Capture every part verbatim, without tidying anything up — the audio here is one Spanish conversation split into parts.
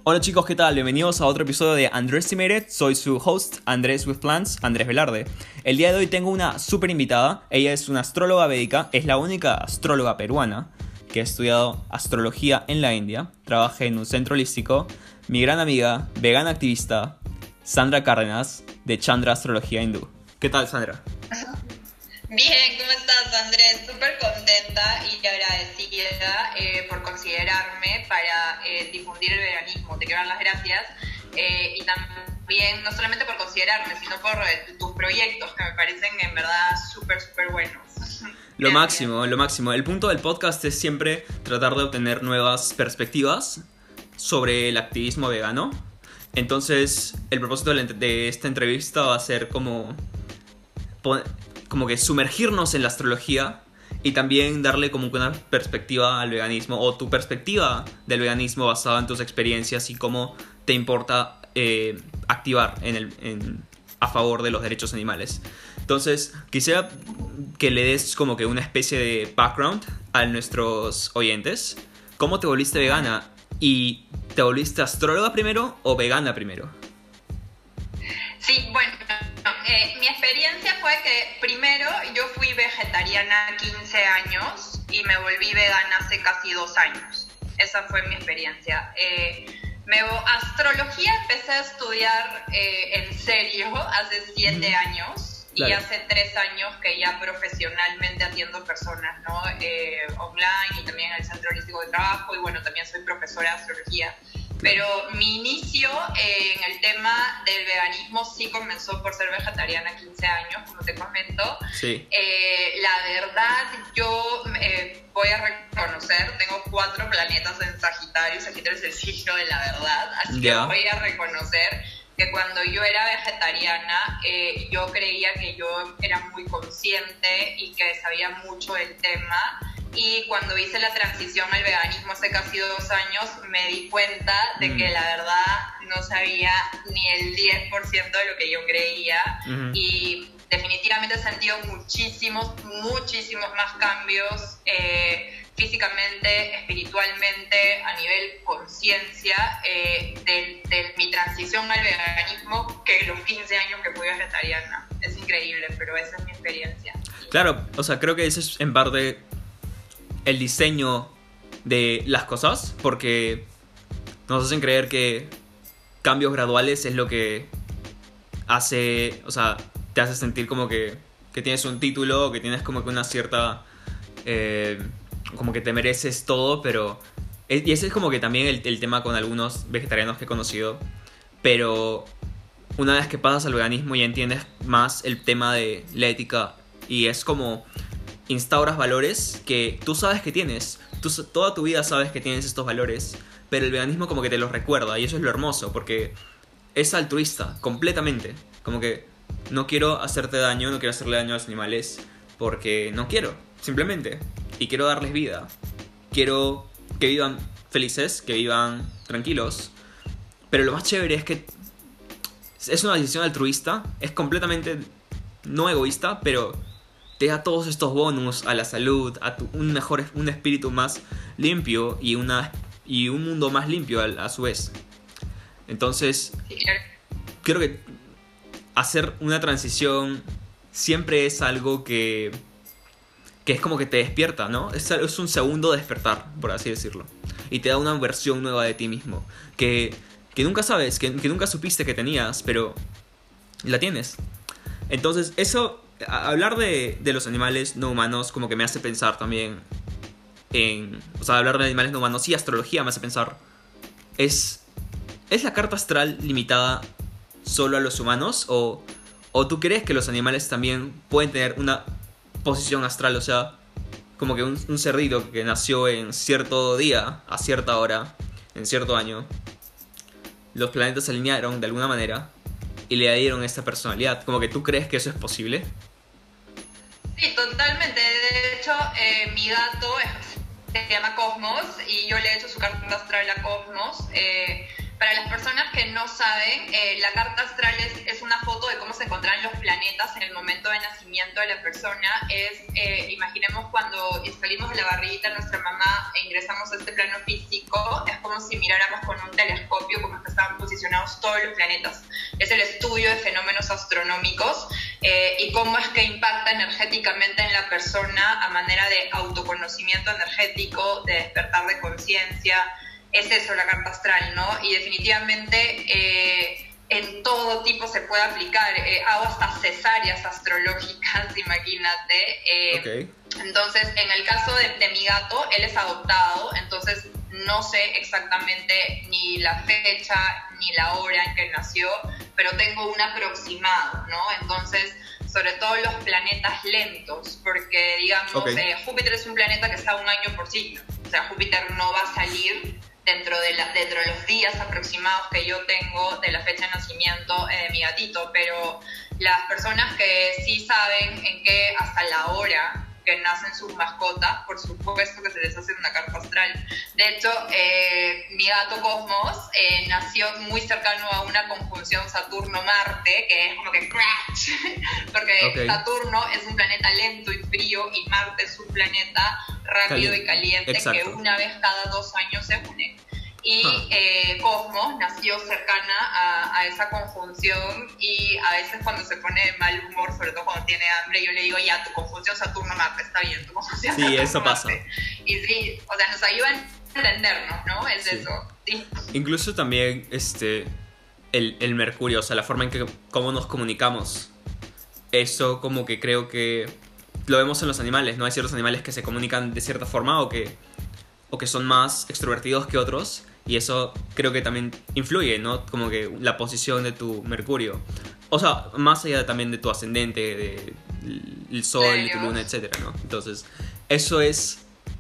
Hola chicos, ¿qué tal? Bienvenidos a otro episodio de Underestimated. Soy su host, Andrés with Plans, Andrés Velarde. El día de hoy tengo una súper invitada. Ella es una astróloga védica, es la única astróloga peruana que ha estudiado astrología en la India. Trabaja en un centro holístico. Mi gran amiga, vegana activista, Sandra Cárdenas, de Chandra Astrología Hindú. ¿Qué tal, Sandra? Bien, ¿cómo estás, Andrés? Súper contenta y agradecida eh, por considerarme para eh, difundir el veganismo. Te quiero dar las gracias. Eh, y también, no solamente por considerarme, sino por eh, tus proyectos, que me parecen en verdad súper, súper buenos. Lo máximo, lo máximo. El punto del podcast es siempre tratar de obtener nuevas perspectivas sobre el activismo vegano. Entonces, el propósito de, la, de esta entrevista va a ser como... como que sumergirnos en la astrología y también darle como que una perspectiva al veganismo, o tu perspectiva del veganismo basada en tus experiencias y cómo te importa eh, activar en el, en, a favor de los derechos animales. Entonces, quisiera que le des como que una especie de background a nuestros oyentes. ¿Cómo te volviste vegana? ¿Y te volviste astróloga primero o vegana primero? Sí, bueno, eh, mi experiencia fue que primero yo fui vegetariana quince años y me volví vegana hace casi dos años. Esa fue mi experiencia. Eh, me, astrología empecé a estudiar eh, en serio hace siete años. Claro. Y hace tres años que ya profesionalmente atiendo personas, ¿no? Eh, online y también en el centro holístico de trabajo, y bueno, también soy profesora de astrología. Pero mi inicio eh, en el tema del veganismo sí comenzó por ser vegetariana quince años, como te comento. Sí. Eh, la verdad, yo eh, voy a reconocer, tengo cuatro planetas en Sagitario, Sagitario es el signo de la verdad, así yeah. que voy a reconocer que cuando yo era vegetariana, eh, yo creía que yo era muy consciente y que sabía mucho del tema. Y cuando hice la transición al veganismo hace casi dos años, me di cuenta de mm. que la verdad no sabía ni el diez por ciento de lo que yo creía. Mm-hmm. Y definitivamente he sentido muchísimos, muchísimos más cambios eh, físicamente, espiritualmente, a nivel conciencia eh, de, de mi transición al veganismo que los quince años que fui vegetariana. Es increíble, pero esa es mi experiencia. Claro, o sea, creo que ese es en parte el diseño de las cosas, porque nos hacen creer que cambios graduales es lo que hace, o sea, te hace sentir como que, que tienes un título, que tienes como que una cierta, eh, como que te mereces todo, pero, y ese es como que también el, el tema con algunos vegetarianos que he conocido, pero una vez que pasas al veganismo ya entiendes más el tema de la ética, y es como instauras valores que tú sabes que tienes, tú toda tu vida sabes que tienes estos valores, pero el veganismo como que te los recuerda, y eso es lo hermoso, porque es altruista, completamente, como que no quiero hacerte daño, no quiero hacerle daño a los animales, porque no quiero, simplemente, y quiero darles vida, quiero que vivan felices, que vivan tranquilos, pero lo más chévere es que es una decisión altruista, es completamente no egoísta, pero te da todos estos bonus a la salud, a tu, un mejor un espíritu más limpio y, una, y un mundo más limpio a, a su vez. Entonces, creo que hacer una transición siempre es algo que, que es como que te despierta, ¿no? Es, es un segundo despertar, por así decirlo. Y te da una versión nueva de ti mismo, que, que nunca sabes, que, que nunca supiste que tenías, pero la tienes. Entonces, eso... hablar de, de los animales no humanos como que me hace pensar también en... O sea, hablar de animales no humanos y astrología me hace pensar... ¿Es, ¿es la carta astral limitada solo a los humanos? ¿O, ¿O tú crees que los animales también pueden tener una posición astral? O sea, como que un, un cerdito que nació en cierto día, a cierta hora, en cierto año, los planetas se alinearon de alguna manera y le dieron esta personalidad. Como que tú crees que eso es posible. Sí, totalmente. De hecho, eh, mi gato es, se llama Cosmos y yo le he hecho su carta astral a Cosmos. Eh, para las personas que no saben, eh, la carta astral es, es una foto de cómo se encontraban los planetas en el momento de nacimiento de la persona. Es, eh, imaginemos cuando salimos de la barriguita de nuestra mamá, e ingresamos a este plano físico, es como si miráramos con un telescopio como que estaban posicionados todos los planetas. Es el estudio de fenómenos astronómicos eh, y cómo es que impacta energéticamente en la persona a manera de autoconocimiento energético, de despertar de conciencia. Es eso la carta astral, ¿no? Y definitivamente eh, en todo tipo se puede aplicar. Eh, hago hasta cesáreas astrológicas, imagínate. Eh, okay. Entonces, en el caso de, de mi gato, él es adoptado, entonces no sé exactamente ni la fecha ni la hora en que nació, pero tengo un aproximado, ¿no? Entonces, sobre todo los planetas lentos, porque digamos, okay. eh, Júpiter es un planeta que está un año por siglo, o sea, Júpiter no va a salir dentro de, la, dentro de los días aproximados que yo tengo de la fecha de nacimiento eh, de mi gatito, pero las personas que sí saben en qué hasta la hora que nacen sus mascotas, por supuesto que se les hace una carta astral. De hecho, eh, mi gato Cosmos eh, nació muy cercano a una conjunción Saturno-Marte, que es como que crash, porque okay. Saturno es un planeta lento y frío y Marte es un planeta rápido Cali- y caliente. Exacto. Que una vez cada dos años se une. Y huh. eh, Cosmos nació cercana a, a esa conjunción y a veces cuando se pone de mal humor, sobre todo cuando tiene hambre, yo le digo, ya, tu conjunción Saturno-Marte está bien, tu conjunción Sí, Saturno, eso pasa. Marte. Y sí, o sea, nos ayuda a entendernos, ¿no? Es sí. eso. Sí. Incluso también este, el, el Mercurio, o sea, la forma en que cómo nos comunicamos. Eso como que creo que lo vemos en los animales, ¿no? Hay ciertos animales que se comunican de cierta forma o que, o que son más extrovertidos que otros. Y eso creo que también influye, ¿no? Como que la posición de tu Mercurio. O sea, más allá también de tu ascendente, de el Sol, y tu Luna, etcétera, ¿no? Entonces, eso es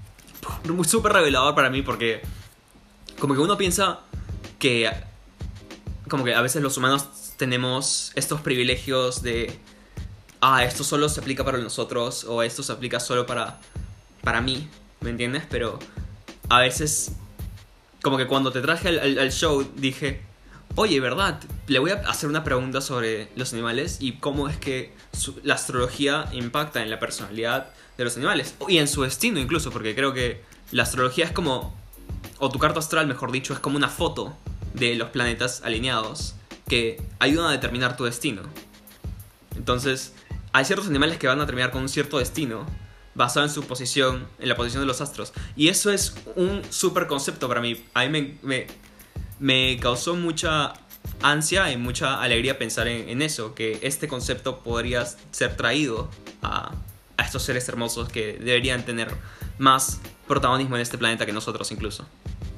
súper revelador para mí porque como que uno piensa que como que a veces los humanos tenemos estos privilegios de ah, esto solo se aplica para nosotros o esto se aplica solo para, para mí, ¿me entiendes? Pero a veces como que cuando te traje al, al, al show dije, oye, ¿verdad? Le voy a hacer una pregunta sobre los animales y cómo es que su, la astrología impacta en la personalidad de los animales. Y en su destino incluso, porque creo que la astrología es como, o tu carta astral, mejor dicho, es como una foto de los planetas alineados que ayudan a determinar tu destino. Entonces, hay ciertos animales que van a terminar con un cierto destino basado en su posición, en la posición de los astros. Y eso es un súper concepto para mí. A mí me, me, me causó mucha ansia y mucha alegría pensar en, en eso, que este concepto podría ser traído a, a estos seres hermosos que deberían tener más protagonismo en este planeta que nosotros incluso.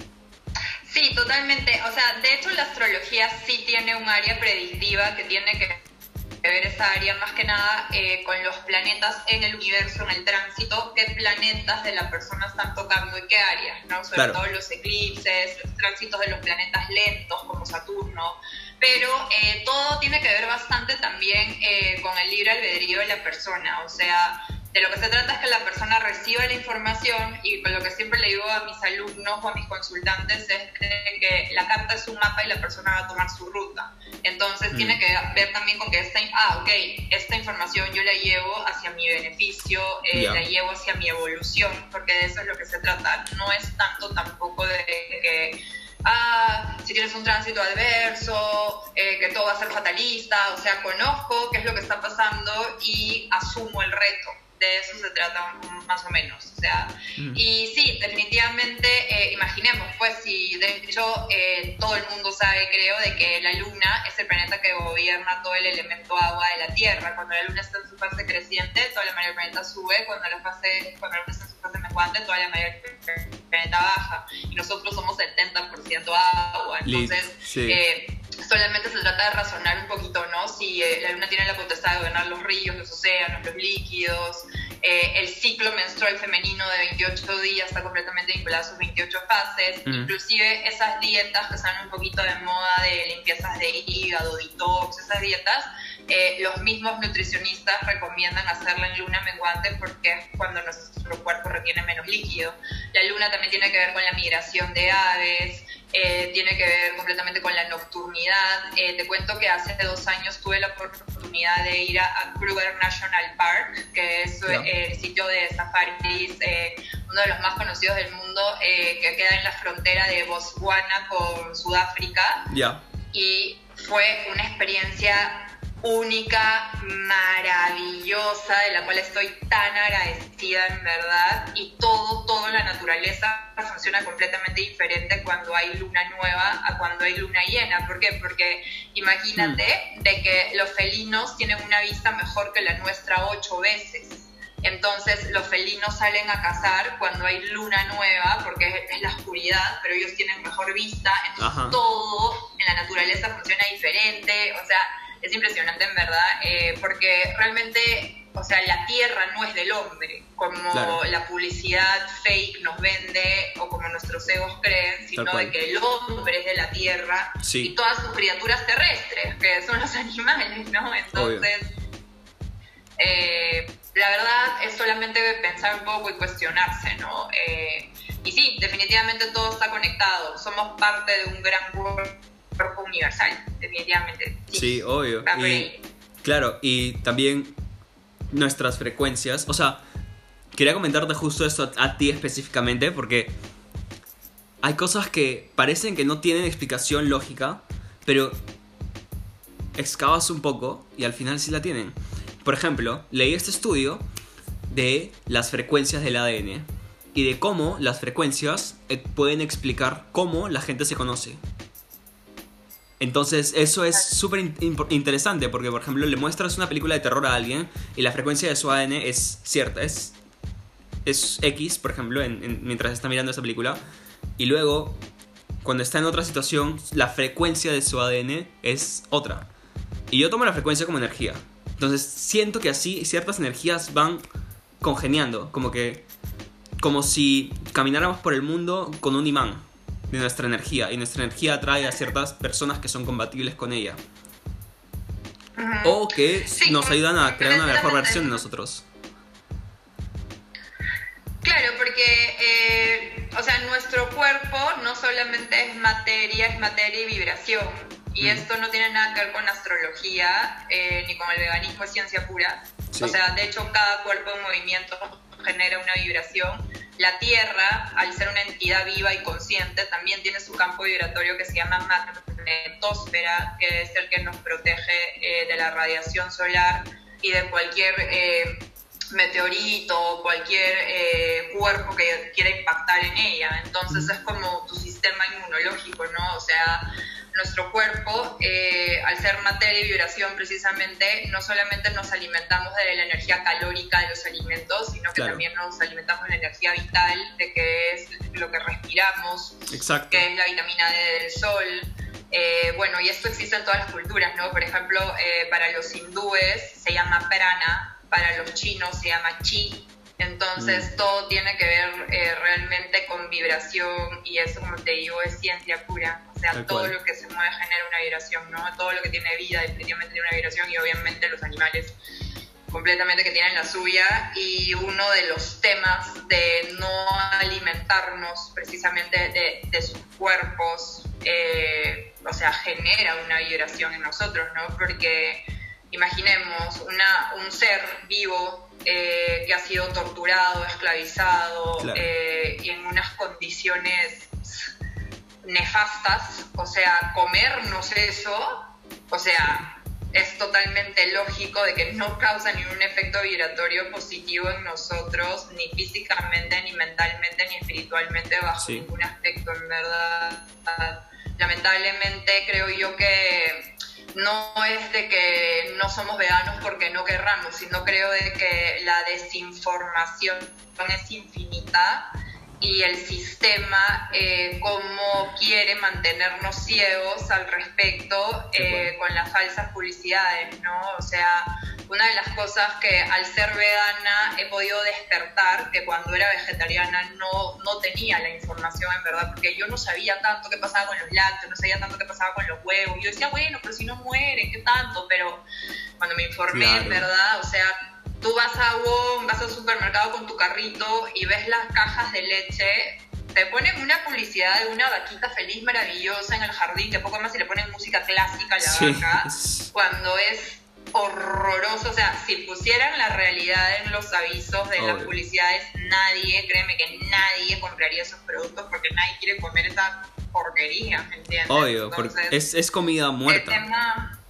Sí, totalmente. O sea, de hecho la astrología sí tiene un área predictiva que tiene que ver esa área más que nada eh, con los planetas en el universo, en el tránsito, qué planetas de la persona están tocando y qué áreas, ¿no? Sobre claro. todo los eclipses, los tránsitos de los planetas lentos como Saturno, pero eh, todo tiene que ver bastante también eh, con el libre albedrío de la persona, o sea, de lo que se trata es que la persona reciba la información y con lo que siempre le digo a mis alumnos o a mis consultantes es que la carta es un mapa y la persona va a tomar su ruta. Entonces mm. tiene que ver también con que esta, ah, ok, esta información yo la llevo hacia mi beneficio, eh, yeah. la llevo hacia mi evolución, porque de eso es lo que se trata. No es tanto tampoco de que, ah, si tienes un tránsito adverso, eh, que todo va a ser fatalista, o sea, conozco qué es lo que está pasando y asumo el reto. De eso se trata más o menos, o sea, mm. y sí, definitivamente, eh, imaginemos, pues, si de hecho eh, todo el mundo sabe, creo, de que la Luna es el planeta que gobierna todo el elemento agua de la Tierra. Cuando la Luna está en su fase creciente, toda la mayoría del planeta sube, cuando la, fase, cuando la Luna está en su fase menguante, toda la mayoría del planeta baja, y nosotros somos setenta por ciento agua, entonces... Sí. Eh, solamente se trata de razonar un poquito, ¿no? Si eh, la Luna tiene la potestad de gobernar los ríos, los océanos, los líquidos, eh, el ciclo menstrual femenino de veintiocho días está completamente vinculado a sus veintiocho fases, mm. inclusive esas dietas que están un poquito de moda de limpiezas de hígado, detox, esas dietas, eh, los mismos nutricionistas recomiendan hacerla en luna menguante porque es cuando nuestro cuerpo retiene menos líquido. La luna también tiene que ver con la migración de aves, Eh, tiene que ver completamente con la nocturnidad. Eh, te cuento que hace dos años tuve la oportunidad de ir a, a Kruger National Park, que es yeah. eh, el sitio de safaris eh, uno de los más conocidos del mundo, eh, que queda en la frontera de Botswana con Sudáfrica. Ya. Yeah. Y fue una experiencia única, maravillosa, de la cual estoy tan agradecida, en verdad. Y todo, todo en la naturaleza funciona completamente diferente cuando hay luna nueva a cuando hay luna llena. ¿Por qué? Porque imagínate mm. de que los felinos tienen una vista mejor que la nuestra ocho veces. Entonces los felinos salen a cazar cuando hay luna nueva, porque es, es la oscuridad, pero ellos tienen mejor vista. Entonces Ajá. todo en la naturaleza funciona diferente. O sea, es impresionante, en verdad, eh, porque realmente, o sea, la tierra no es del hombre, como claro. la publicidad fake nos vende o como nuestros egos creen, sino de que el hombre es de la tierra sí. y todas sus criaturas terrestres, que son los animales, ¿no? Entonces, eh, la verdad es solamente pensar un poco y cuestionarse, ¿no? Eh, y sí, definitivamente todo está conectado, somos parte de un gran cuerpo universal, definitivamente. Sí, sí obvio. Y, claro, y también nuestras frecuencias. O sea, quería comentarte justo esto a, a ti específicamente, porque hay cosas que parecen que no tienen explicación lógica, pero excavas un poco y al final sí la tienen. Por ejemplo, leí este estudio de las frecuencias del A D N y de cómo las frecuencias pueden explicar cómo la gente se conoce. Entonces eso es súper in- interesante porque, por ejemplo, le muestras una película de terror a alguien y la frecuencia de su A D N es cierta, es, es X, por ejemplo, en, en, mientras está mirando esa película, y luego, cuando está en otra situación, la frecuencia de su A D N es otra. Y yo tomo la frecuencia como energía. Entonces siento que así ciertas energías van congeniando, como que como si camináramos por el mundo con un imán de nuestra energía, y nuestra energía atrae a ciertas personas que son compatibles con ella, uh-huh. o que sí, nos ayudan a crear una mejor versión de nosotros. Claro, porque eh, o sea, nuestro cuerpo no solamente es materia, es materia y vibración, y mm. esto no tiene nada que ver con astrología, eh, ni con el veganismo, es ciencia pura. Sí. O sea, de hecho, cada cuerpo en movimiento genera una vibración. La Tierra, al ser una entidad viva y consciente, también tiene su campo vibratorio que se llama magnetosfera, que es el que nos protege eh, de la radiación solar y de cualquier eh, meteorito, cualquier eh, cuerpo que quiera impactar en ella. Entonces es como tu sistema inmunológico, ¿no? O sea, nuestro cuerpo, eh, al ser materia y vibración precisamente, no solamente nos alimentamos de la energía calórica de los alimentos, sino que claro. también nos alimentamos de la energía vital, de que es lo que respiramos, Exacto. que es la vitamina D del sol. Eh, bueno, y esto existe en todas las culturas, ¿no? Por ejemplo, eh, para los hindúes se llama prana, para los chinos se llama chi. Entonces mm. todo tiene que ver eh, realmente con vibración, y eso, como te digo, es ciencia pura. O sea, Tal todo cual. Lo que se mueve genera una vibración, ¿no? Todo lo que tiene vida definitivamente tiene una vibración, y obviamente los animales completamente que tienen la suya. Y uno de los temas de no alimentarnos precisamente de, de sus cuerpos, eh, o sea, genera una vibración en nosotros, ¿no? Porque imaginemos una, un ser vivo eh, que ha sido torturado, esclavizado, claro. eh, y en unas condiciones nefastas, o sea, comernos eso, o sea, es totalmente lógico de que no causa ningún efecto vibratorio positivo en nosotros, ni físicamente, ni mentalmente, ni espiritualmente, bajo sí. ningún aspecto, en verdad. Lamentablemente creo yo que no es de que no somos veganos porque no querramos, sino creo de que la desinformación es infinita, y el sistema eh, como quiere mantenernos ciegos al respecto eh, con las falsas publicidades, ¿no? O sea, una de las cosas que al ser vegana he podido despertar, que cuando era vegetariana no, no tenía la información, en verdad, porque yo no sabía tanto qué pasaba con los lácteos, no sabía tanto qué pasaba con los huevos. Yo decía, bueno, pero si no mueren, ¿qué tanto? Pero cuando me informé, claro. en verdad, o sea, tú vas a Avon, vas al supermercado con tu carrito y ves las cajas de leche, te ponen una publicidad de una vaquita feliz maravillosa en el jardín, que poco más si le ponen música clásica a la sí. vaca, cuando es horroroso. O sea, si pusieran la realidad en los avisos de Obvio. Las publicidades, nadie, créeme que nadie compraría esos productos porque nadie quiere comer esa porquería, ¿me entiendes? Obvio, Entonces, porque es, es comida muerta. El tema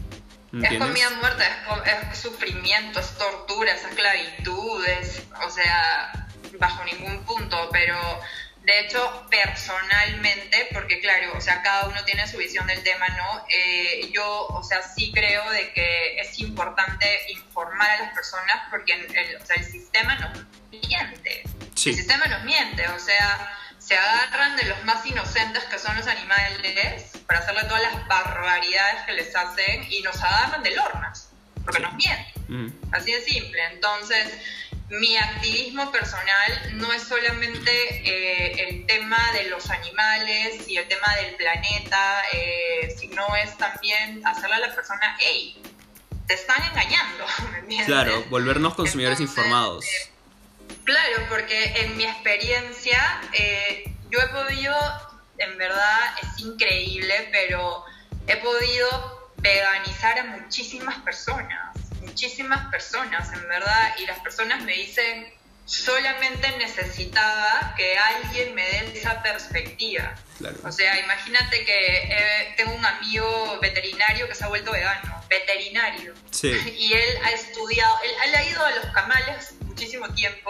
es comida muerta, es, es sufrimiento, es tortura, es esclavitud, es, o sea, bajo ningún punto, pero de hecho, personalmente, porque claro, o sea, cada uno tiene su visión del tema, ¿no? Eh, yo, o sea, sí creo de que es importante informar a las personas porque el, o sea, el sistema nos miente. Sí. El sistema nos miente, o sea, se agarran de los más inocentes que son los animales para hacerle todas las barbaridades que les hacen y nos agarran de lornas, porque sí. nos mienten. Mm. Así de simple. Entonces, mi activismo personal no es solamente eh, el tema de los animales y el tema del planeta, eh, sino es también hacerle a la persona, hey, te están engañando, ¿me entiendes? Claro, volvernos consumidores Entonces, informados. Eh, claro, porque en mi experiencia eh, yo he podido, en verdad es increíble, pero he podido veganizar a muchísimas personas. muchísimas personas, en verdad, y las personas me dicen, solamente necesitaba que alguien me dé esa perspectiva. Claro. O sea, imagínate que eh, tengo un amigo veterinario que se ha vuelto vegano, veterinario, sí. y él ha estudiado, él, él ha ido a los camales muchísimo tiempo,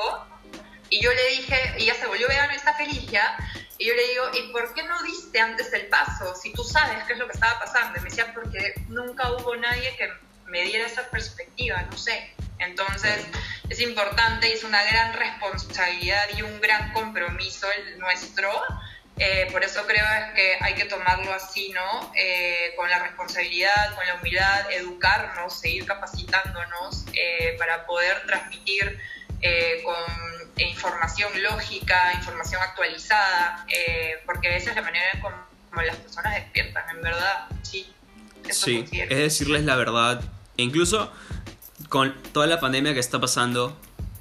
y yo le dije, y ya se volvió vegano y está feliz ya, y yo le digo, ¿y por qué no diste antes el paso? Si tú sabes qué es lo que estaba pasando. Y me decía, porque nunca hubo nadie que me diera esa perspectiva, no sé. Entonces es importante y es una gran responsabilidad y un gran compromiso el nuestro, eh, por eso creo que hay que tomarlo así, ¿no? Eh, con la responsabilidad, con la humildad, educarnos, seguir capacitándonos eh, para poder transmitir eh, con información lógica, información actualizada, eh, porque esa es la manera en como, como las personas despiertan, en verdad, sí. Eso sí, es decirles la verdad. E incluso con toda la pandemia que está pasando,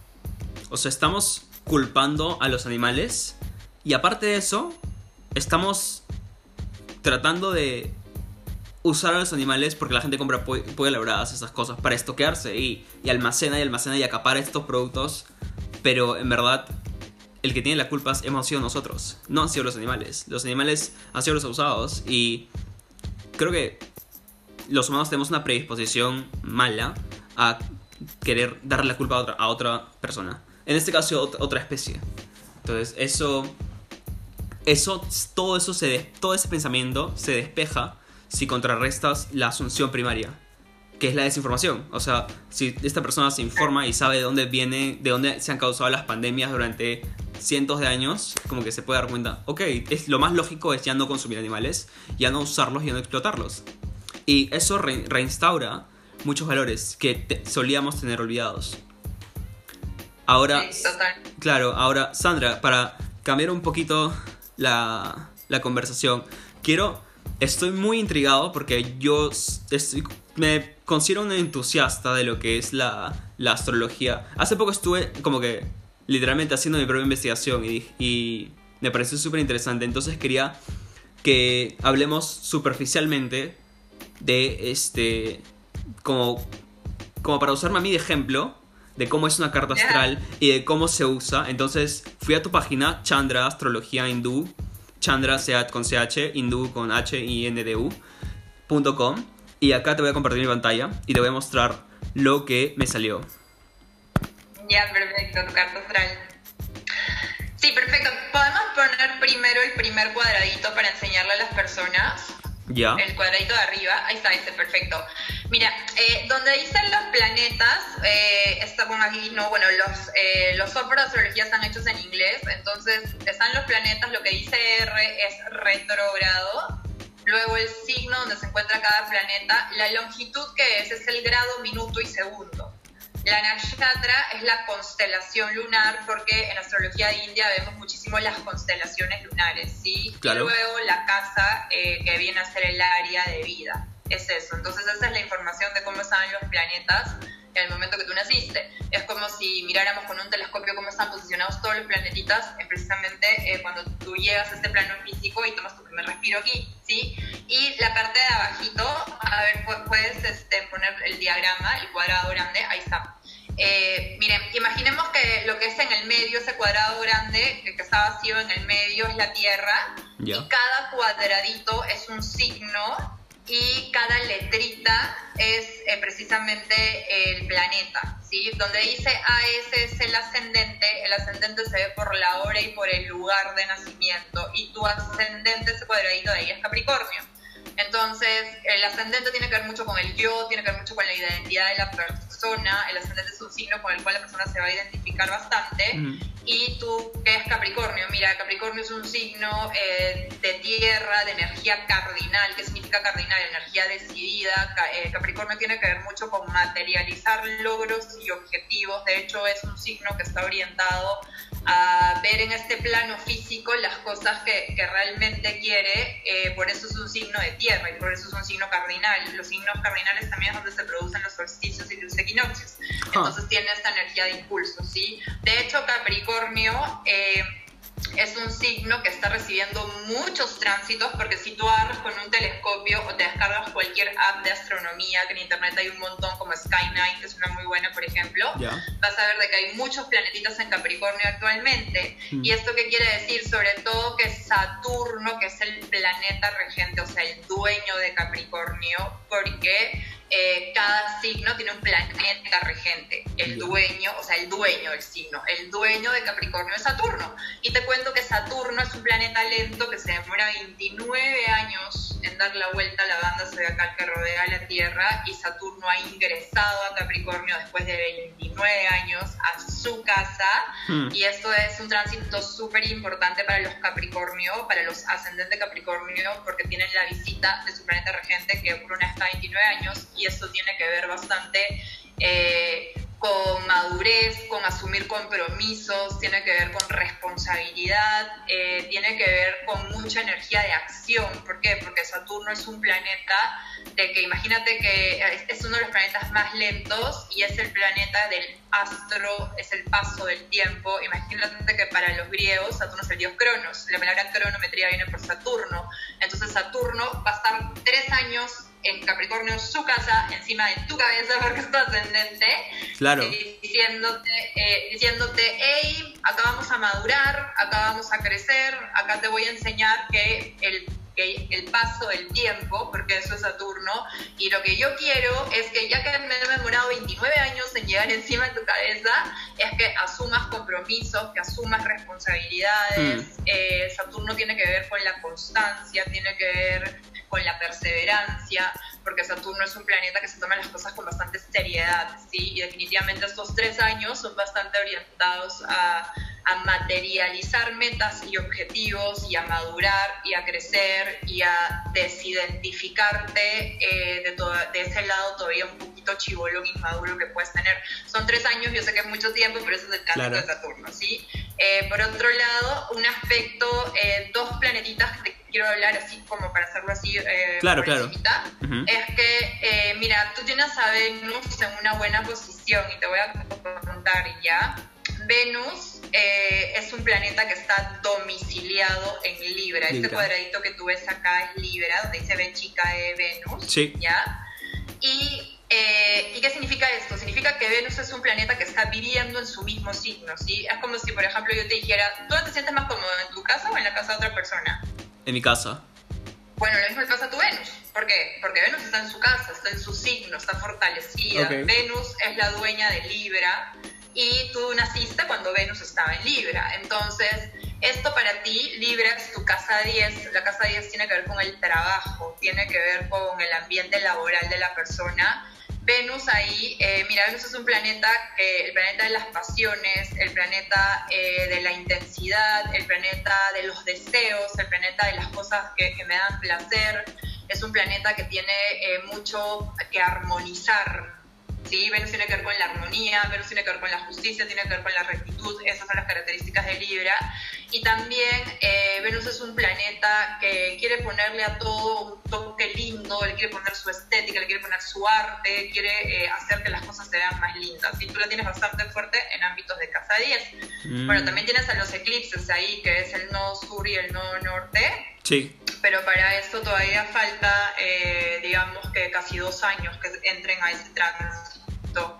o sea, estamos culpando a los animales y aparte de eso, estamos tratando de usar a los animales porque la gente compra pollo elaboradas, esas cosas, para estoquearse y, y almacena y almacena y acapara estos productos, pero en verdad el que tiene la culpa hemos sido nosotros, no han sido los animales. Los animales han sido los abusados y creo que los humanos tenemos una predisposición mala a querer darle la culpa a otra, a otra persona. En este caso, otra, otra especie. Entonces, eso, eso, todo eso se des, todo ese pensamiento se despeja si contrarrestas la asunción primaria, que es la desinformación. O sea, si esta persona se informa y sabe de dónde viene, de dónde se han causado las pandemias durante cientos de años, como que se puede dar cuenta, ok, es, lo más lógico es ya no consumir animales, ya no usarlos, ya no explotarlos. Y eso re- reinstaura muchos valores que te- solíamos tener olvidados. Ahora, sí, total. Claro, ahora, Sandra, para cambiar un poquito la, la conversación, quiero, estoy muy intrigado porque yo estoy, me considero un entusiasta de lo que es la, la astrología. Hace poco estuve como que literalmente haciendo mi propia investigación y, y me pareció súper interesante. Entonces quería que hablemos superficialmente de este, como, como para usarme a mí de ejemplo de cómo es una carta astral y de cómo se usa. Entonces fui a tu página, Chandra Astrología Hindú, Chandra sea con C H, Hindú con H I N D U punto com, y acá te voy a compartir mi pantalla y te voy a mostrar lo que me salió. Ya, perfecto, tu carta astral. Sí, perfecto. Podemos poner primero el primer cuadradito para enseñarle a las personas. Ya. El cuadradito de arriba, ahí está, este, perfecto. Mira, eh, donde dicen los planetas, eh, está como aquí, no, bueno, los, eh, los software de astrología están hechos en inglés, entonces están los planetas, lo que dice R es retrógrado, luego el signo donde se encuentra cada planeta, la longitud que es, es el grado, minuto y segundo. La nakshatra es la constelación lunar, porque en astrología de India vemos muchísimo las constelaciones lunares, ¿sí? Claro. Y luego la casa, eh, que viene a ser el área de vida. Es eso. Entonces esa es la información de cómo estaban los planetas en el momento que tú naciste. Es como si miráramos con un telescopio cómo están posicionados todos los planetitas, eh, precisamente eh, cuando tú llegas a este plano físico y tomas tu primer respiro aquí, ¿sí? Y la parte de abajito, a ver, puedes este, poner el diagrama, el cuadrado grande, ahí está. Eh, miren, imaginemos que lo que es en el medio, ese cuadrado grande, que está vacío en el medio, es la Tierra, yeah. Y cada cuadradito es un signo y cada letrita es eh, precisamente el planeta, ¿sí? Donde dice A S es el ascendente, el ascendente se ve por la hora y por el lugar de nacimiento, y tu ascendente, ese cuadradito de ahí, es Capricornio. Entonces, el ascendente tiene que ver mucho con el yo, tiene que ver mucho con la identidad de la persona. El ascendente es un signo con el cual la persona se va a identificar bastante. Mm. Y tú, ¿qué es Capricornio? Mira, Capricornio es un signo eh, de tierra, de energía cardinal. ¿Qué significa cardinal? Energía decidida. Eh, Capricornio tiene que ver mucho con materializar logros y objetivos. De hecho, es un signo que está orientado a ver en este plano físico las cosas que, que realmente quiere. Eh, por eso es un signo de tierra y por eso es un signo cardinal. Los signos cardinales también es donde se producen los solsticios y los equinoccios. Entonces, oh. tiene esta energía de impulso, ¿sí? De hecho, Capricornio eh, es un signo que está recibiendo muchos tránsitos, porque si tú agarras con un telescopio o te descargas cualquier app de astronomía, que en internet hay un montón, como Sky Night, que es una muy buena, por ejemplo, yeah. vas a ver de que hay muchos planetitas en Capricornio actualmente. Mm. ¿Y esto qué quiere decir? Sobre todo que Saturno, que es el planeta regente, o sea, el dueño de Capricornio, porque Eh, cada signo tiene un planeta regente, el dueño, o sea, el dueño del signo, el dueño de Capricornio es Saturno. Y te cuento que Saturno es un planeta lento que se demora veintinueve años en dar la vuelta a la banda zodiacal que rodea la Tierra, y Saturno ha ingresado a Capricornio después de veintinueve años a su casa, mm. y esto es un tránsito súper importante para los Capricornio, para los ascendentes Capricornio, porque tienen la visita de su planeta regente que ocurre una vez cada veintinueve años, y esto tiene que ver bastante eh, con madurez, con asumir compromisos, tiene que ver con responsabilidad, eh, tiene que ver con mucha energía de acción. ¿Por qué? Porque Saturno es un planeta de que, imagínate que es uno de los planetas más lentos y es el planeta del astro, es el paso del tiempo. Imagínate que para los griegos Saturno es el dios Cronos, la palabra cronometría viene por Saturno. Entonces Saturno va a estar tres años en Capricornio, su casa, encima de tu cabeza, porque es tu ascendente, claro. y diciéndote, eh, diciéndote, hey, acá vamos a madurar, acá vamos a crecer, acá te voy a enseñar que el, que el paso del tiempo, porque eso es Saturno, y lo que yo quiero es que, ya que me he demorado veintinueve años en llegar encima de tu cabeza, es que asumas compromisos, que asumas responsabilidades. Mm. Eh, Saturno tiene que ver con la constancia, tiene que ver con la perseverancia, porque Saturno es un planeta que se toma las cosas con bastante seriedad, ¿sí? Y definitivamente estos tres años son bastante orientados a, a materializar metas y objetivos, y a madurar, y a crecer, y a desidentificarte eh, de, toda, de ese lado todavía un poquito chibolón inmaduro que puedes tener. Son tres años, yo sé que es mucho tiempo, pero eso es el tránsito, claro, de Saturno, ¿sí? Eh, por otro lado, un aspecto, eh, dos planetitas que te quiero hablar así como para hacerlo así, eh, claro, claro. Uh-huh. Es que, eh, mira, tú tienes a Venus en una buena posición, y te voy a contar ya. Venus eh, es un planeta que está domiciliado en Libra. Libra. Este cuadradito que tú ves acá es Libra, donde dice B chica de Venus, sí. ¿ya? Y, eh, ¿y qué significa esto? Significa que Venus es un planeta que está viviendo en su mismo signo, ¿sí? Es como si, por ejemplo, yo te dijera, ¿tú te sientes más cómodo en tu casa o en la casa de otra persona? En mi casa. Bueno, lo mismo le pasa a tu Venus. ¿Por qué? Porque Venus está en su casa, está en su signo, está fortalecida. Okay. Venus es la dueña de Libra, y tú naciste cuando Venus estaba en Libra. Entonces, esto para ti, Libra es tu casa diez. La casa diez tiene que ver con el trabajo, tiene que ver con el ambiente laboral de la persona. Venus ahí, eh, mira, Venus es un planeta, que, el planeta de las pasiones, el planeta eh, de la intensidad, el planeta de los deseos, el planeta de las cosas que, que me dan placer. Es un planeta que tiene eh, mucho que armonizar, ¿sí? Venus tiene que ver con la armonía, Venus tiene que ver con la justicia, tiene que ver con la rectitud. Esas son las características de Libra. Y también eh, Venus es un planeta que quiere ponerle a todo un toque lindo, le quiere poner su estética, le quiere poner su arte, quiere eh, hacer que las cosas se vean más lindas. Y tú la tienes bastante fuerte en ámbitos de casa diez. Mm. Bueno, también tienes a los eclipses ahí, que es el nodo sur y el nodo norte. Sí. pero para esto todavía falta, eh, digamos que casi dos años que entren a ese tránsito.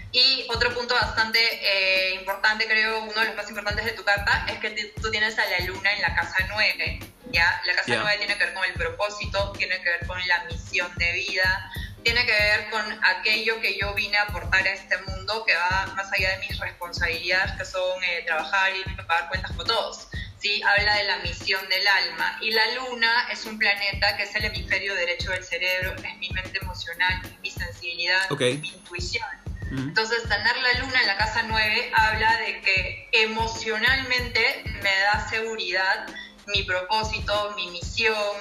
Y otro punto bastante eh, importante, creo, uno de los más importantes de tu carta, es que t- tú tienes a la luna en la casa nueve, ¿ya? La casa yeah. nueve tiene que ver con el propósito, tiene que ver con la misión de vida, tiene que ver con aquello que yo vine a aportar a este mundo, que va más allá de mis responsabilidades, que son eh, trabajar y pagar cuentas con todos. ¿Sí? Habla de la misión del alma. Y la luna es un planeta que es el hemisferio derecho del cerebro, es mi mente emocional, mi sensibilidad, okay. mi intuición. Entonces, tener la luna en la casa nueve habla de que emocionalmente me da seguridad mi propósito, mi misión,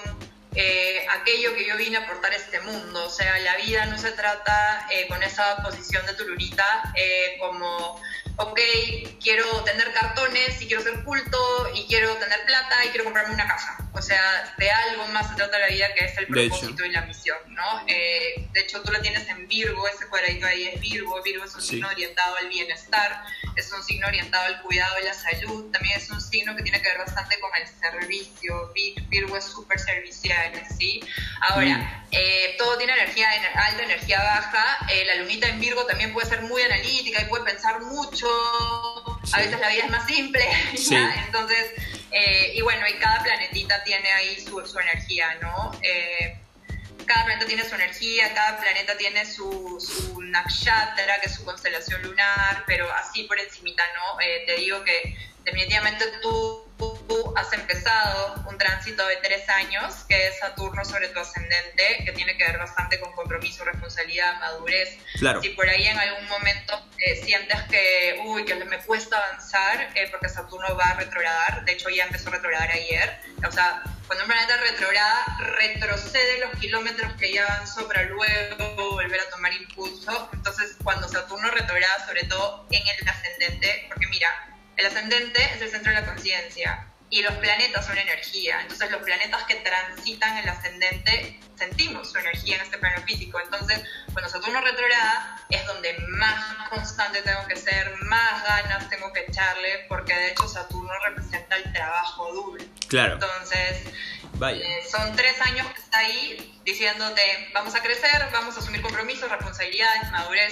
eh, aquello que yo vine a aportar a este mundo. O sea, la vida no se trata eh, con esa posición de tu lunita eh, como, ok, quiero tener cartones y quiero ser culto y quiero tener plata y quiero comprarme una casa. O sea, de algo más se trata la vida, que es el propósito y la misión, ¿no? Eh, de hecho, tú lo tienes en Virgo, ese cuadradito ahí es Virgo. Virgo es un sí. signo orientado al bienestar, es un signo orientado al cuidado de la salud, también es un signo que tiene que ver bastante con el servicio. Virgo es súper servicial, ¿sí? Ahora, mm. eh, todo tiene energía alta, energía baja. Eh, la lunita en Virgo también puede ser muy analítica y puede pensar mucho. Sí. A veces la vida es más simple, sí. Entonces, eh, y bueno, y cada planetita tiene ahí su, su energía, ¿no? Eh, cada planeta tiene su energía, cada planeta tiene su, su nakshatra, que es su constelación lunar, pero así por encimita, ¿no? Eh, te digo que definitivamente tú, tú, tú has empezado un tránsito de tres años, que es Saturno sobre tu ascendente, que tiene que ver bastante con compromiso, responsabilidad, madurez. Claro. Si por ahí en algún momento eh, sientes que, uy, que me cuesta avanzar, eh, porque Saturno va a retrogradar, de hecho ya empezó a retrogradar ayer, o sea, cuando un planeta retrograda, retrocede los kilómetros que ya avanzó para luego volver a tomar impulso. Entonces, cuando Saturno retrograda, sobre todo en el ascendente, porque mira, el ascendente es el centro de la conciencia y los planetas son energía. Entonces, los planetas que transitan el ascendente, sentimos su energía en este plano físico. Entonces, cuando Saturno retrograda, es donde más constante tengo que ser, más ganas tengo que echarle, porque de hecho Saturno representa el trabajo duro. Claro. Entonces, Vaya. Eh, son tres años que está ahí diciéndote, vamos a crecer, vamos a asumir compromisos, responsabilidades, madurez.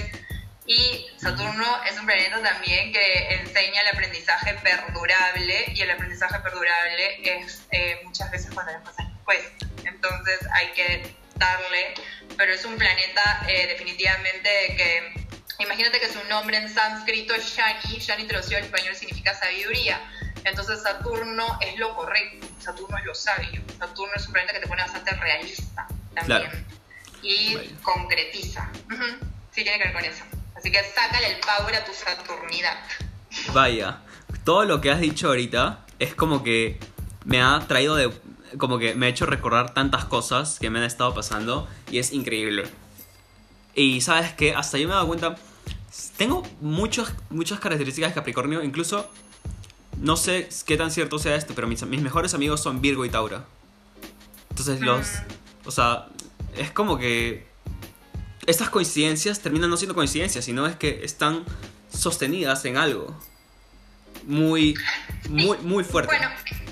Y Saturno es un planeta también que enseña el aprendizaje perdurable, y el aprendizaje perdurable es eh, muchas veces cuando las cosas nos cuestan. Entonces hay que darle, pero es un planeta eh, definitivamente que, imagínate que su nombre en sánscrito es Shani, Shani traducido al español significa sabiduría. Entonces Saturno es lo correcto, Saturno es lo sabio, Saturno es un planeta que te pone bastante realista también. Claro. Y Vaya. concretiza. Uh-huh. Sí, tiene que ver con eso. Así que sácale el power a tu Saturnidad. Vaya, todo lo que has dicho ahorita es como que me ha traído de... como que me ha hecho recordar tantas cosas que me han estado pasando y es increíble. Y ¿sabes qué? Hasta yo me he dado cuenta, tengo muchos, muchas características de Capricornio, incluso... No sé qué tan cierto sea esto, pero mis, mis mejores amigos son Virgo y Tauro. Entonces los... O sea, es como que... Estas coincidencias terminan no siendo coincidencias, sino es que están sostenidas en algo muy, muy, muy fuerte. Bueno,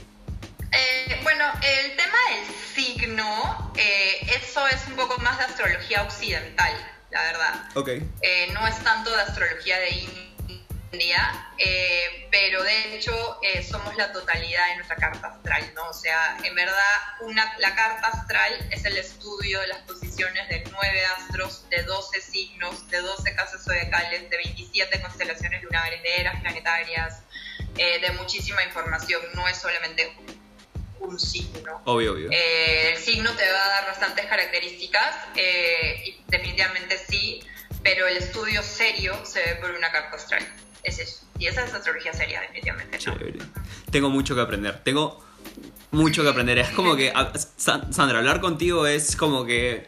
eh, bueno, el tema del signo, eh, eso es un poco más de astrología occidental, la verdad. Ok. Eh, no es tanto de astrología de India. Eh, pero de hecho eh, somos la totalidad de nuestra carta astral, ¿no? O sea, en verdad una, la carta astral es el estudio de las posiciones de nueve astros, de doce signos, de doce casas zodiacales, de veintisiete constelaciones lunares, de eras planetarias, eh, de muchísima información, no es solamente un signo. Obvio, obvio. Eh, el signo te va a dar bastantes características, eh, y definitivamente sí, pero el estudio serio se ve por una carta astral. Es eso. Y esa es astrología seria, definitivamente, ¿no? Chévere. Tengo mucho que aprender. Tengo mucho que aprender. Es como que, Sandra, hablar contigo es como que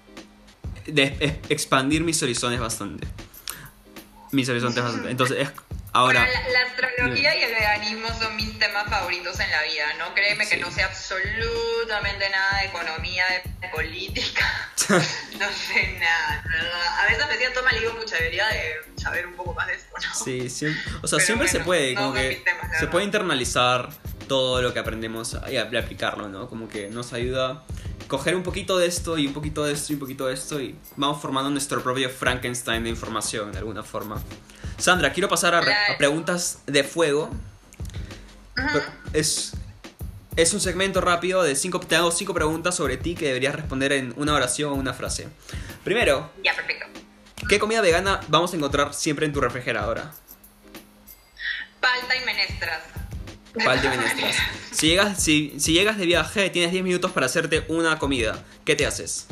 de, es, expandir mis horizontes bastante. Mis horizontes bastante. Entonces, es ahora... Bueno, la, la astrología y el veganismo son mis temas favoritos en la vida, ¿no? Créeme sí. que no sé absolutamente nada de economía, de política. No sé nada, ¿verdad? A veces me siento mal y digo, pucha, debería de saber un poco más de esto, ¿no? Sí, siempre, o sea, Pero siempre bueno, se puede, no como que temas, se puede internalizar todo lo que aprendemos y a, a aplicarlo, ¿no? Como que nos ayuda a coger un poquito de esto y un poquito de esto y un poquito de esto y vamos formando nuestro propio Frankenstein de información de alguna forma. Sandra, quiero pasar a, a preguntas de fuego. Uh-huh. Es, es un segmento rápido de cinco, te hago cinco preguntas sobre ti que deberías responder en una oración o una frase. Primero, ya, perfecto. ¿Qué comida vegana vamos a encontrar siempre en tu refrigeradora? Palta y menestras. Palta y menestras. Si llegas, si, si llegas de viaje, tienes diez minutos para hacerte una comida. ¿Qué te haces?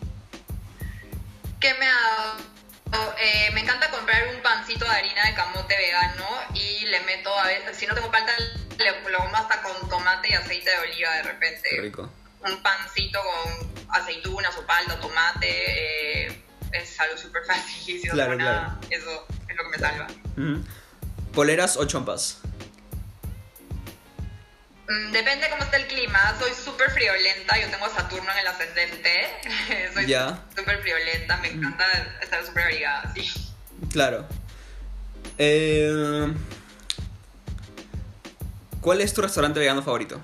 ¿Qué me hago? Eh, me encanta comprar un pancito de harina de camote vegano y le meto, a veces, si no tengo palta, le, lo como hasta con tomate y aceite de oliva de repente. Qué rico. Un pancito con aceitunas o palta, tomate, eh, es algo súper fácil. Si claro, no claro. Nada, eso es lo que me salva. Uh-huh. ¿Poleras o chompas? Mm, depende cómo esté el clima. Soy súper friolenta. Yo tengo a Saturno en el ascendente. Soy ya. súper friolenta. Me encanta estar súper abrigada, sí. Claro. Eh, ¿Cuál es tu restaurante vegano favorito?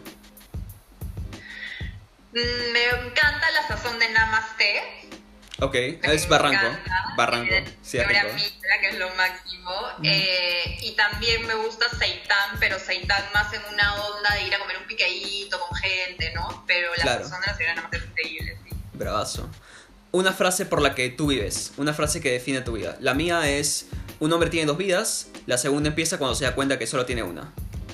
Mm, me encanta la sazón de Namaste. Ok, es Barranco. Barranco, sí, es rico. Mitra, que es lo máximo. Mm. Eh, y también me gusta seitán, pero seitán más en una onda de ir a comer un piqueíto con gente, ¿no? Pero la claro. sazón de la señora nada más es increíble, sí. Bravazo. Una frase por la que tú vives, una frase que define tu vida. La mía es, un hombre tiene dos vidas, la segunda empieza cuando se da cuenta que solo tiene una.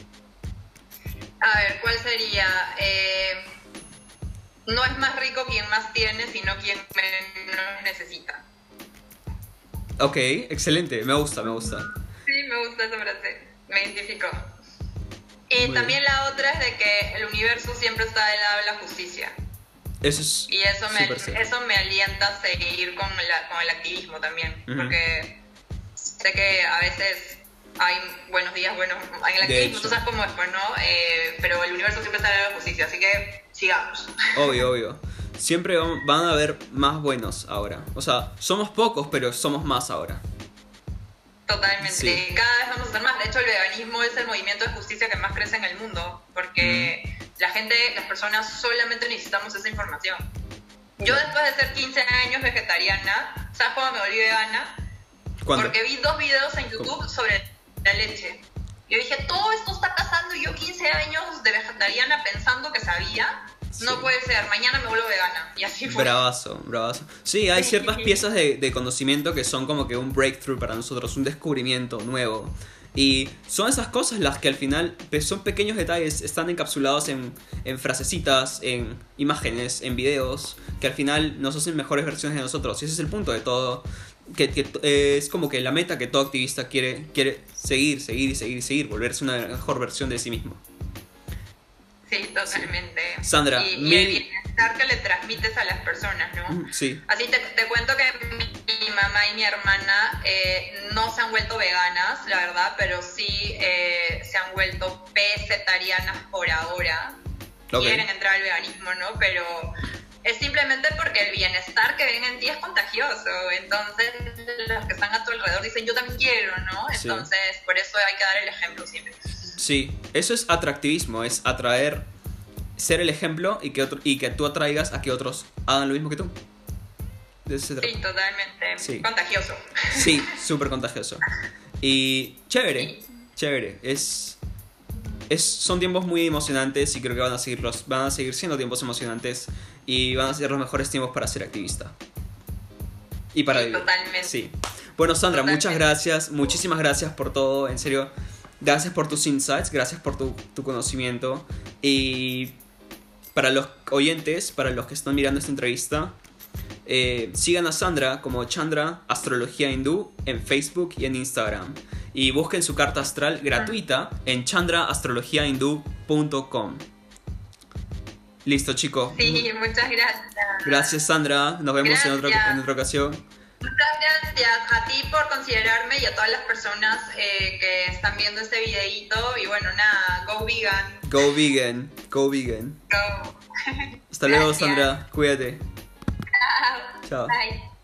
A ver, ¿cuál sería? Eh... No es más rico quien más tiene, sino quien menos necesita. Ok, excelente, me gusta, me gusta. Sí, me gusta esa frase, me identifico. Y Muy también bien. La otra es de que el universo siempre está del lado de la justicia. Eso es Y eso me, eso me alienta a seguir con, la, con el activismo también. Uh-huh. Porque sé que a veces hay buenos días, bueno, en el activismo tú sabes cómo es, pues, ¿no? Eh, pero el universo siempre está del lado de la justicia, así que sigamos. Obvio, obvio. Siempre van a haber más buenos ahora. O sea, somos pocos, pero somos más ahora. Totalmente. Sí. Cada vez vamos a ser más. De hecho, el veganismo es el movimiento de justicia que más crece en el mundo. Porque mm. la gente, las personas solamente necesitamos esa información. Yo después de ser quince años vegetariana, ¿sabes cuándo me volví vegana? ¿Cuándo? Porque vi dos videos en YouTube ¿Cómo? Sobre la leche. Yo dije, todo esto está pasando y yo quince años de vegetariana pensando que sabía. Sí. No puede ser, mañana me vuelvo vegana. Y así fue. Bravazo, bravazo. Sí, hay ciertas piezas de, de conocimiento que son como que un breakthrough para nosotros, un descubrimiento nuevo. Y son esas cosas las que al final son pequeños detalles, están encapsulados en, en frasecitas, en imágenes, en videos, que al final nos hacen mejores versiones de nosotros. Y ese es el punto de todo. Que, que eh, es como que la meta que todo activista quiere, quiere seguir, seguir y seguir y seguir, volverse una mejor versión de sí mismo. Sí, totalmente. Sí. Sandra, y, mil... y el bienestar que le transmites a las personas, ¿no? Sí. Así te, te cuento que mi, mi mamá y mi hermana eh, no se han vuelto veganas, la verdad, pero sí eh, se han vuelto pesetarianas por ahora. Okay. Quieren entrar al veganismo, ¿no? Pero es simplemente porque el bienestar que ven en ti es contagioso. Entonces, los que están a tu alrededor dicen, yo también quiero, ¿no? Entonces, sí. Por eso hay que dar el ejemplo siempre. Sí, eso es atractivismo, es atraer, ser el ejemplo y que, otro, y que tú atraigas a que otros hagan lo mismo que tú. Sí, totalmente. Sí. Contagioso. Sí, súper contagioso. Y chévere, sí. chévere. Es, es, son tiempos muy emocionantes y creo que van a, seguir los, van a seguir siendo tiempos emocionantes y van a ser los mejores tiempos para ser activista. Y para sí, vivir. Totalmente. Sí. Bueno, Sandra, totalmente. Muchas gracias. Muchísimas gracias por todo, en serio. Gracias por tus insights, gracias por tu, tu conocimiento. Y para los oyentes, para los que están mirando esta entrevista, eh, sigan a Sandra como Chandra Astrología Hindú en Facebook y en Instagram. Y busquen su carta astral gratuita en chandra astrología hindú punto com. Listo, chico. Sí, muchas gracias. Gracias, Sandra. Nos vemos en otra, en otra ocasión. Muchas gracias a ti por considerarme y a todas las personas eh, que están viendo este videíto. Y bueno, nada, go vegan. Go vegan, go vegan. Go. Hasta luego, Sandra. Cuídate. Chao. Chao. Bye.